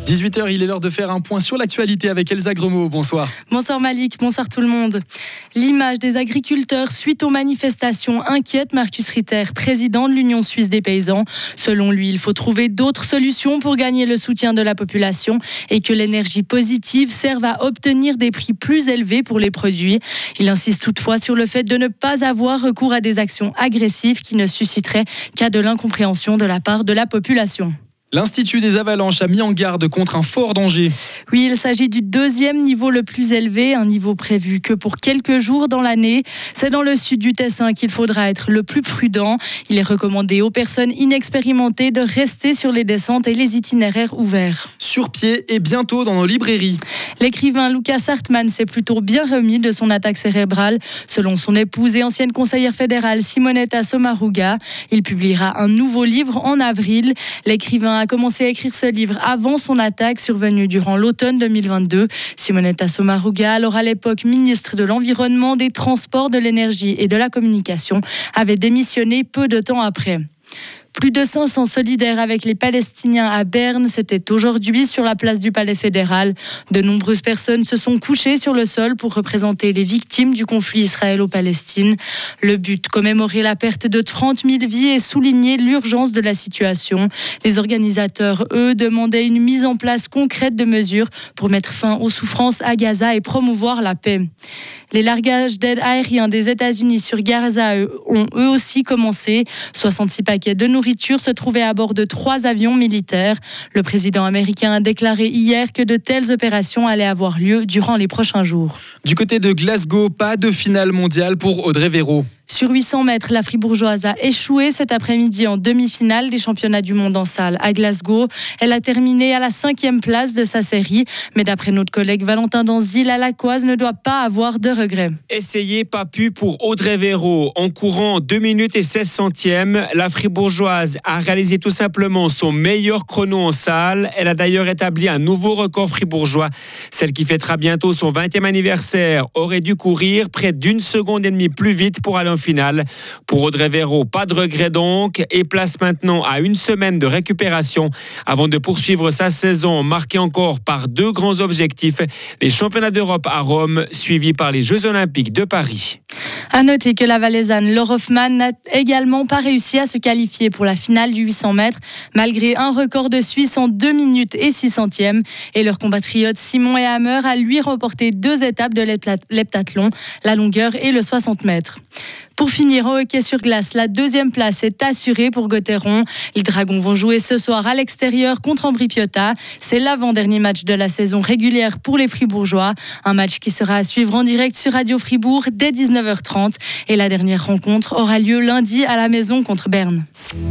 18h, il est l'heure de faire un point sur l'actualité avec Elsa Gremaud. Bonsoir. Bonsoir Malik, bonsoir tout le monde. L'image des agriculteurs suite aux manifestations inquiète Markus Ritter, président de l'Union suisse des paysans. Selon lui, il faut trouver d'autres solutions pour gagner le soutien de la population et que l'énergie positive serve à obtenir des prix plus élevés pour les produits. Il insiste toutefois sur le fait de ne pas avoir recours à des actions agressives qui ne susciteraient qu'à de l'incompréhension de la part de la population. L'Institut des avalanches a mis en garde contre un fort danger. Oui, il s'agit du deuxième niveau le plus élevé, un niveau prévu que pour quelques jours dans l'année. C'est dans le sud du Tessin qu'il faudra être le plus prudent. Il est recommandé aux personnes inexpérimentées de rester sur les descentes et les itinéraires ouverts. Sur pied et bientôt dans nos librairies. L'écrivain Lucas Hartmann s'est plutôt bien remis de son attaque cérébrale. Selon son épouse et ancienne conseillère fédérale Simonetta Sommaruga, il publiera un nouveau livre en avril. L'écrivain a commencé à écrire ce livre avant son attaque survenue durant l'automne 2022. Simonetta Sommaruga, alors à l'époque ministre de l'Environnement, des Transports, de l'Énergie et de la Communication, avait démissionné peu de temps après. Plus de 500 solidaires avec les Palestiniens à Berne, c'était aujourd'hui sur la place du Palais fédéral. De nombreuses personnes se sont couchées sur le sol pour représenter les victimes du conflit israélo-palestine. Le but, commémorer la perte de 30 000 vies et souligner l'urgence de la situation. Les organisateurs, eux, demandaient une mise en place concrète de mesures pour mettre fin aux souffrances à Gaza et promouvoir la paix. Les largages d'aide aériens des États-Unis sur Gaza ont eux aussi commencé. 66 paquets de nourriture se trouvaient à bord de 3 avions militaires. Le président américain a déclaré hier que de telles opérations allaient avoir lieu durant les prochains jours. Du côté de Glasgow, pas de finale mondiale pour Audrey Verreau. Sur 800 mètres, la Fribourgeoise a échoué cet après-midi en demi-finale des championnats du monde en salle à Glasgow. Elle a terminé à la 5e place de sa série. Mais d'après notre collègue Valentin Danzy, la Lacoise ne doit pas avoir de regrets. Essayé, pas pu pour Audrey Verreau. En courant 2 minutes et 16 centièmes, la Fribourgeoise a réalisé tout simplement son meilleur chrono en salle. Elle a d'ailleurs établi un nouveau record fribourgeois. Celle qui fêtera bientôt son 20e anniversaire aurait dû courir près d'1,5 seconde plus vite pour aller en finale. Pour Audrey Verreau, pas de regret donc, et place maintenant à 1 semaine de récupération avant de poursuivre sa saison marquée encore par 2 grands objectifs, les championnats d'Europe à Rome suivis par les Jeux Olympiques de Paris. À noter que la Valaisanne Laure Hoffmann n'a également pas réussi à se qualifier pour la finale du 800 mètres malgré un record de Suisse en 2 minutes et 6 centièmes. Et leur compatriote Simon Ehammer a lui remporté 2 étapes de l'heptathlon, la longueur et le 60 mètres. Pour finir, au hockey sur glace, la 2e place est assurée pour Gauthieron. Les Dragons vont jouer ce soir à l'extérieur contre Ambri-Piotta. C'est l'avant-dernier match de la saison régulière pour les Fribourgeois. Un match qui sera à suivre en direct sur Radio Fribourg dès 19h30. Et la dernière rencontre aura lieu lundi à la maison contre Berne.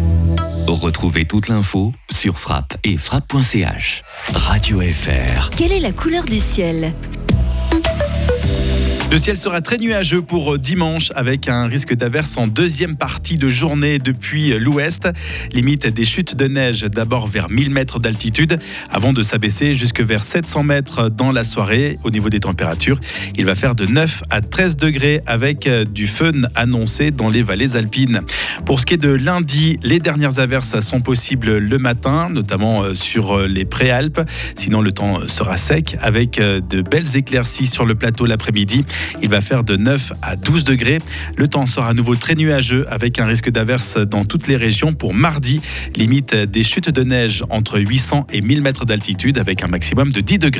Retrouvez toute l'info sur Frappe et frappe.ch. Radio FR. Quelle est la couleur du ciel ? Le ciel sera très nuageux pour dimanche avec un risque d'averse en 2e partie de journée depuis l'ouest. Limite des chutes de neige d'abord vers 1000 mètres d'altitude avant de s'abaisser jusque vers 700 mètres dans la soirée. Au niveau des températures, il va faire de 9 à 13 degrés avec du fun annoncé dans les vallées alpines. Pour ce qui est de lundi, les dernières averses sont possibles le matin, notamment sur les préalpes. Sinon, le temps sera sec avec de belles éclaircies sur le plateau l'après-midi. Il va faire de 9 à 12 degrés. Le temps sera à nouveau très nuageux avec un risque d'averse dans toutes les régions pour mardi. Limite des chutes de neige entre 800 et 1000 mètres d'altitude avec un maximum de 10 degrés.